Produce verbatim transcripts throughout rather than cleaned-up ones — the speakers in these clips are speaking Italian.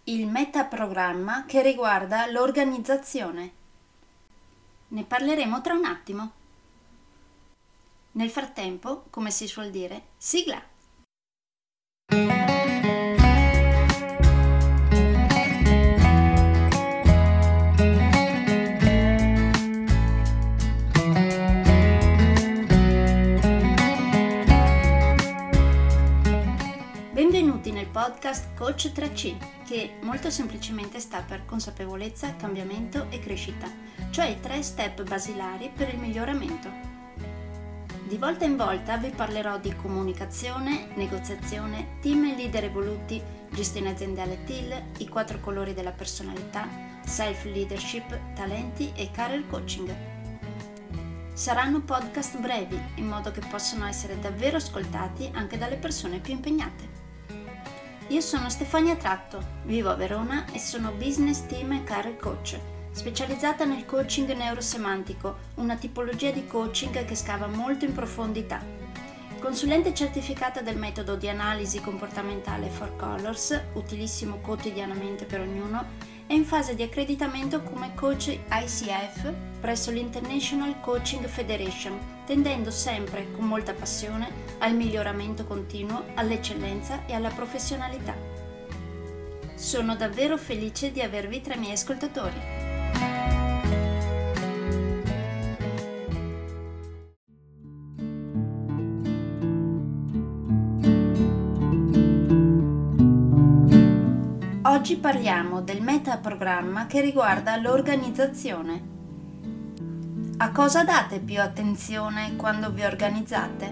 il metaprogramma che riguarda l'organizzazione. Ne parleremo tra un attimo. Nel frattempo, come si suol dire, sigla! Benvenuti nel podcast Coach tre C, che molto semplicemente sta per consapevolezza, cambiamento e crescita, cioè i tre step basilari per il miglioramento. Di volta in volta vi parlerò di comunicazione, negoziazione, team e leader evoluti, gestione aziendale T I L, i quattro colori della personalità, self-leadership, talenti e career coaching. Saranno podcast brevi, in modo che possano essere davvero ascoltati anche dalle persone più impegnate. Io sono Stefania Tratto, vivo a Verona e sono business team e career coach, specializzata nel coaching neurosemantico, una tipologia di coaching che scava molto in profondità. Consulente certificata del metodo di analisi comportamentale Four Colors, utilissimo quotidianamente per ognuno, è in fase di accreditamento come coach I C F presso l'International Coaching Federation, tendendo sempre con molta passione al miglioramento continuo, all'eccellenza e alla professionalità. Sono davvero felice di avervi tra i miei ascoltatori. Oggi parliamo del metaprogramma che riguarda l'organizzazione. A cosa date più attenzione quando vi organizzate?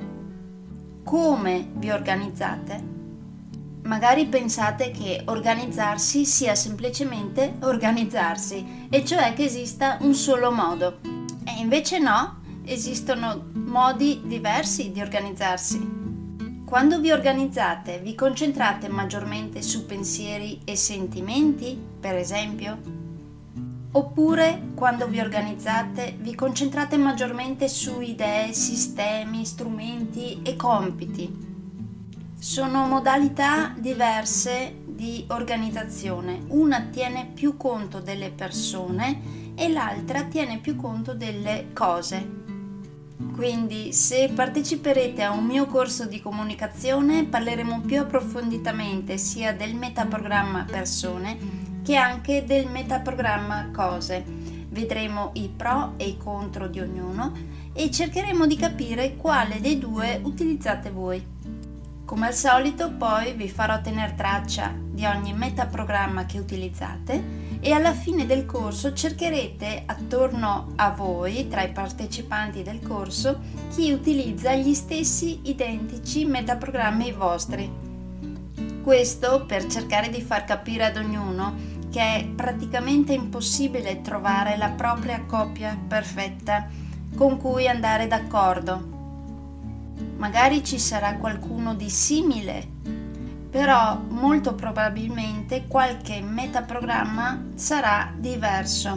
Come vi organizzate? Magari pensate che organizzarsi sia semplicemente organizzarsi, e cioè che esista un solo modo. E invece no, esistono modi diversi di organizzarsi. Quando vi organizzate, vi concentrate maggiormente su pensieri e sentimenti, per esempio? Oppure, quando vi organizzate, vi concentrate maggiormente su idee, sistemi, strumenti e compiti? Sono modalità diverse di organizzazione. Una tiene più conto delle persone e l'altra tiene più conto delle cose. Quindi, se parteciperete a un mio corso di comunicazione, parleremo più approfonditamente sia del metaprogramma persone che anche del metaprogramma cose. Vedremo i pro e i contro di ognuno e cercheremo di capire quale dei due utilizzate voi. Come al solito, poi vi farò tenere traccia di ogni metaprogramma che utilizzate e alla fine del corso cercherete attorno a voi, tra i partecipanti del corso, chi utilizza gli stessi identici metaprogrammi vostri. Questo per cercare di far capire ad ognuno che è praticamente impossibile trovare la propria coppia perfetta con cui andare d'accordo. Magari ci sarà qualcuno di simile, però molto probabilmente qualche metaprogramma sarà diverso.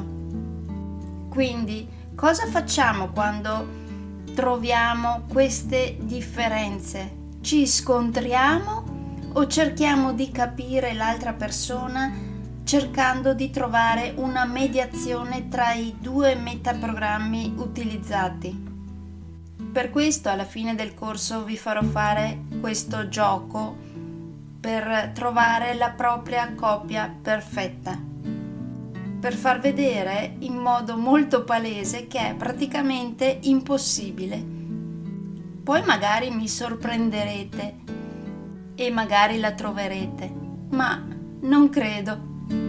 Quindi, cosa facciamo quando troviamo queste differenze? Ci scontriamo o cerchiamo di capire l'altra persona cercando di trovare una mediazione tra i due metaprogrammi utilizzati? Per questo alla fine del corso vi farò fare questo gioco per trovare la propria coppia perfetta, per far vedere in modo molto palese che è praticamente impossibile. Poi magari mi sorprenderete e magari la troverete, ma non credo.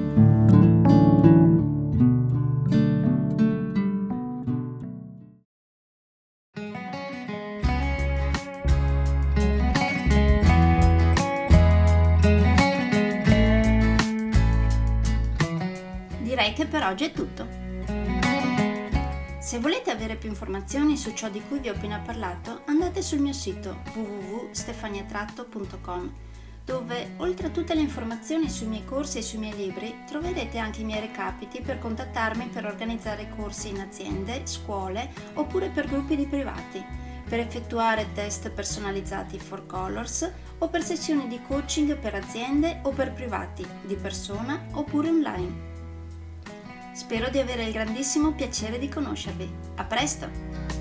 Direi che per oggi è tutto. Se volete avere più informazioni su ciò di cui vi ho appena parlato, andate sul mio sito w w w punto stefania tratto punto com, dove oltre a tutte le informazioni sui miei corsi e sui miei libri troverete anche i miei recapiti per contattarmi per organizzare corsi in aziende, scuole oppure per gruppi di privati. per effettuare test personalizzati for Colors o per sessioni di coaching per aziende o per privati, di persona oppure online. Spero di avere il grandissimo piacere di conoscervi. A presto!